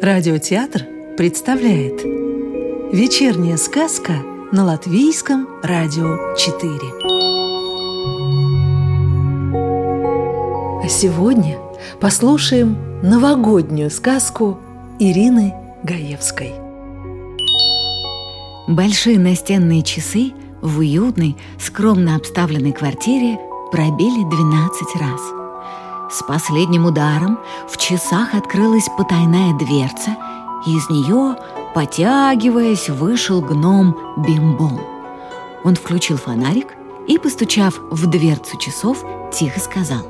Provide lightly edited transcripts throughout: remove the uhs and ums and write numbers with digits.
Радиотеатр представляет «Вечерняя сказка» на Латвийском радио 4. А сегодня послушаем новогоднюю сказку Ирины Гаевской. Большие настенные часы в уютной, скромно обставленной квартире пробили 12 раз. С последним ударом в часах открылась потайная дверца, и из нее, потягиваясь, вышел гном Бим-бом. Он включил фонарик и, постучав в дверцу часов, тихо сказал: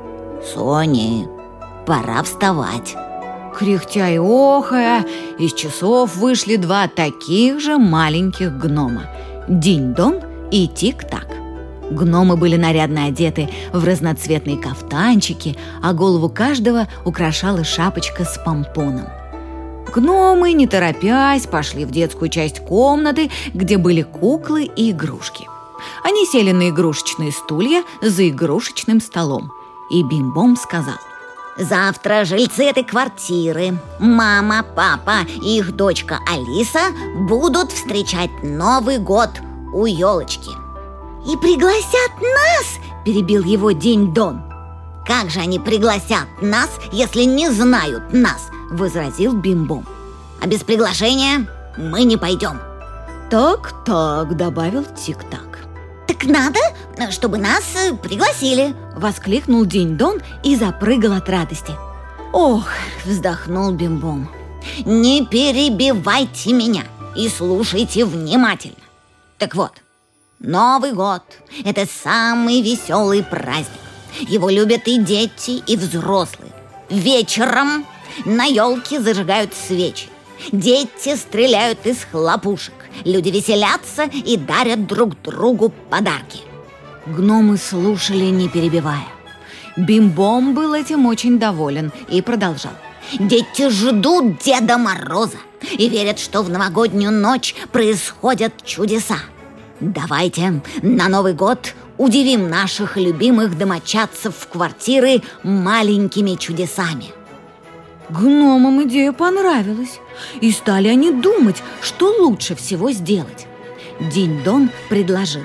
«Сони, пора вставать». Кряхтя и охая, из часов вышли два таких же маленьких гнома – Динь-дон и Тик-так. Гномы были нарядно одеты в разноцветные кафтанчики, а голову каждого украшала шапочка с помпоном. Гномы, не торопясь, пошли в детскую часть комнаты, где были куклы и игрушки. Они сели на игрушечные стулья за игрушечным столом, и Бим-бом сказал: «Завтра жильцы этой квартиры, мама, папа и их дочка Алиса будут встречать Новый год у елочки». «И пригласят нас?» – перебил его Динь-дон. «Как же они пригласят нас, если не знают нас?» – возразил Бим-бом. «А без приглашения мы не пойдем». «Так-так», – добавил Тик-так. «Так надо, чтобы нас пригласили», – воскликнул Динь-дон и запрыгал от радости. «Ох», – вздохнул Бим-бом, – «не перебивайте меня и слушайте внимательно. Так вот, Новый год – это самый веселый праздник. Его любят и дети, и взрослые. Вечером на елке зажигают свечи. Дети стреляют из хлопушек. Люди веселятся и дарят друг другу подарки». Гномы слушали, не перебивая. Бим-бом был этим очень доволен и продолжал: «Дети ждут Деда Мороза и верят, что в новогоднюю ночь происходят чудеса. Давайте на Новый год удивим наших любимых домочадцев в квартиры маленькими чудесами». Гномам идея понравилась, и стали они думать, что лучше всего сделать. Динь-дон предложил: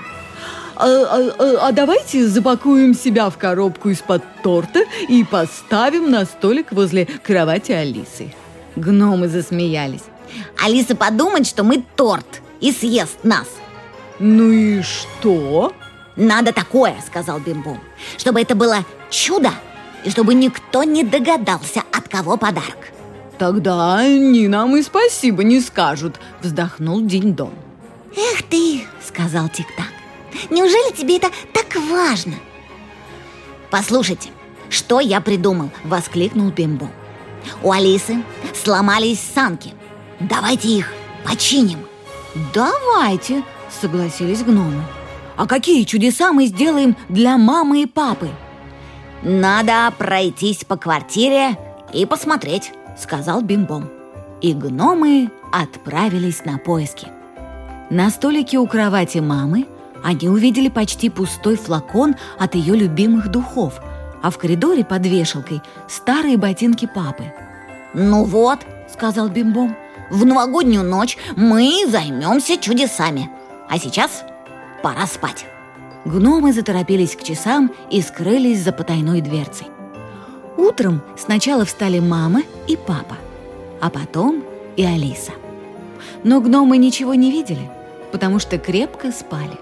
А давайте запакуем себя в коробку из-под торта и поставим на столик возле кровати Алисы. Гномы засмеялись. «Алиса подумает, что мы торт, и съест нас». «Ну и что?» «Надо такое», — сказал Бим-бом, — «чтобы это было чудо, и чтобы никто не догадался, от кого подарок». «Тогда они нам и спасибо не скажут», — вздохнул Динь-дон. «Эх ты», — сказал Тик-так, — «неужели тебе это так важно?» «Послушайте, что я придумал», — воскликнул Бим-бом. «У Алисы сломались санки. Давайте их починим». «Давайте», — согласились гномы. «А какие чудеса мы сделаем для мамы и папы?» «Надо пройтись по квартире и посмотреть», — сказал Бим-бом. И гномы отправились на поиски. На столике у кровати мамы они увидели почти пустой флакон от ее любимых духов, а в коридоре под вешалкой старые ботинки папы. «Ну вот», — сказал Бим-бом, — «в новогоднюю ночь мы займемся чудесами. А сейчас пора спать». Гномы заторопились к часам и скрылись за потайной дверцей. Утром сначала встали мама и папа, а потом и Алиса. Но гномы ничего не видели, потому что крепко спали.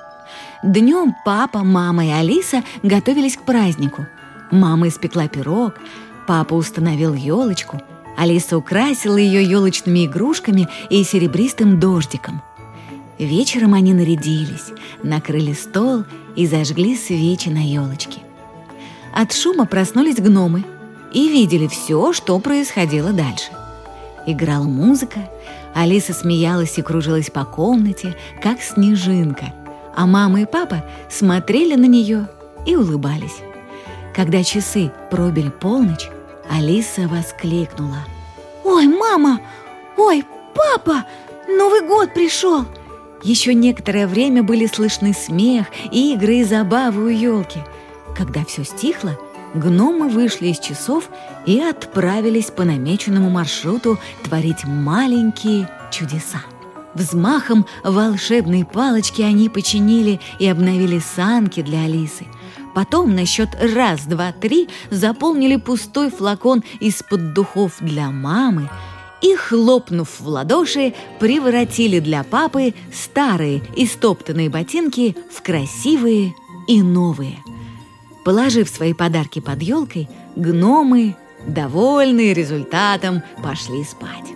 Днем папа, мама и Алиса готовились к празднику. Мама испекла пирог, папа установил елочку, Алиса украсила ее елочными игрушками и серебристым дождиком. Вечером они нарядились, накрыли стол и зажгли свечи на елочке. От шума проснулись гномы и видели все, что происходило дальше. Играла музыка, Алиса смеялась и кружилась по комнате, как снежинка, а мама и папа смотрели на нее и улыбались. Когда часы пробили полночь, Алиса воскликнула: «Ой, мама! Ой, папа! Новый год пришел!» Еще некоторое время были слышны смех, игры и забавы у елки. Когда все стихло, гномы вышли из часов и отправились по намеченному маршруту творить маленькие чудеса. Взмахом волшебной палочки они починили и обновили санки для Алисы. Потом на счет 1, 2, 3 заполнили пустой флакон из-под духов для мамы и, хлопнув в ладоши, превратили для папы старые истоптанные ботинки в красивые и новые. Положив свои подарки под елкой, гномы, довольные результатом, пошли спать.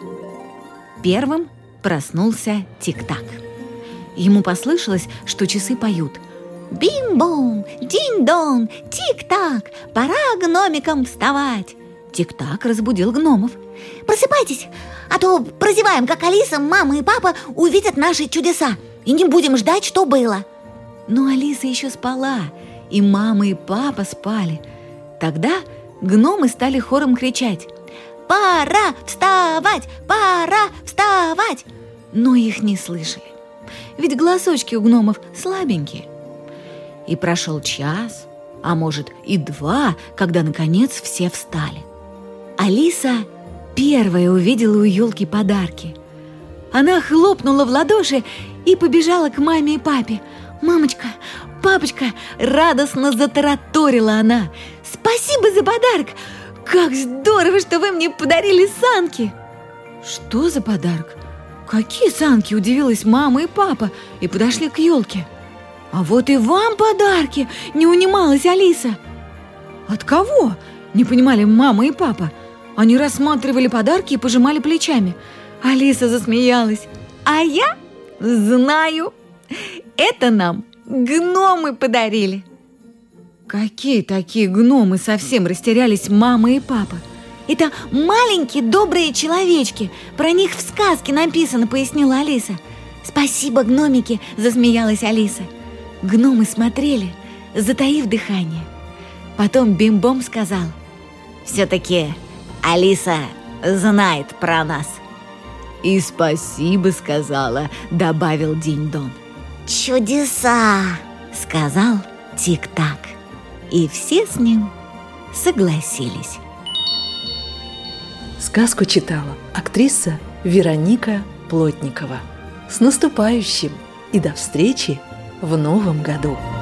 Первым проснулся Тик-так. Ему послышалось, что часы поют: «Бим-бом, динь-дон, тик-так, пора гномикам вставать!» Тик-так разбудил гномов. Просыпайтесь, а то прозеваем, как Алиса, мама и папа увидят наши чудеса, и не будем ждать, что было. Но Алиса еще спала, и мама и папа спали. Тогда гномы стали хором кричать: «Пора вставать! Пора вставать!» Но их не слышали, ведь голосочки у гномов слабенькие. И прошел час, а может и 2, когда, наконец, все встали. Алиса первая увидела у елки подарки. Она хлопнула в ладоши и побежала к маме и папе. «Мамочка, папочка!» – радостно затараторила она. «Спасибо за подарок! Как здорово, что вы мне подарили санки!» «Что за подарок? Какие санки?» – удивилась мама и папа и подошли к елке. «А вот и вам подарки!» – не унималась Алиса. «От кого?» – не понимали мама и папа. Они рассматривали подарки и пожимали плечами. Алиса засмеялась. «А я знаю! Это нам гномы подарили!» «Какие такие гномы?» – совсем растерялись мама и папа. «Это маленькие добрые человечки. Про них в сказке написано», – пояснила Алиса. «Спасибо, гномики!» – засмеялась Алиса. Гномы смотрели, затаив дыхание. Потом Бим-бом сказал: «Все-таки Алиса знает про нас». «И спасибо сказала», – добавил Динь-дон. «Чудеса», – сказал Тик-так. И все с ним согласились. Сказку читала актриса Вероника Плотникова. С наступающим и до встречи в новом году!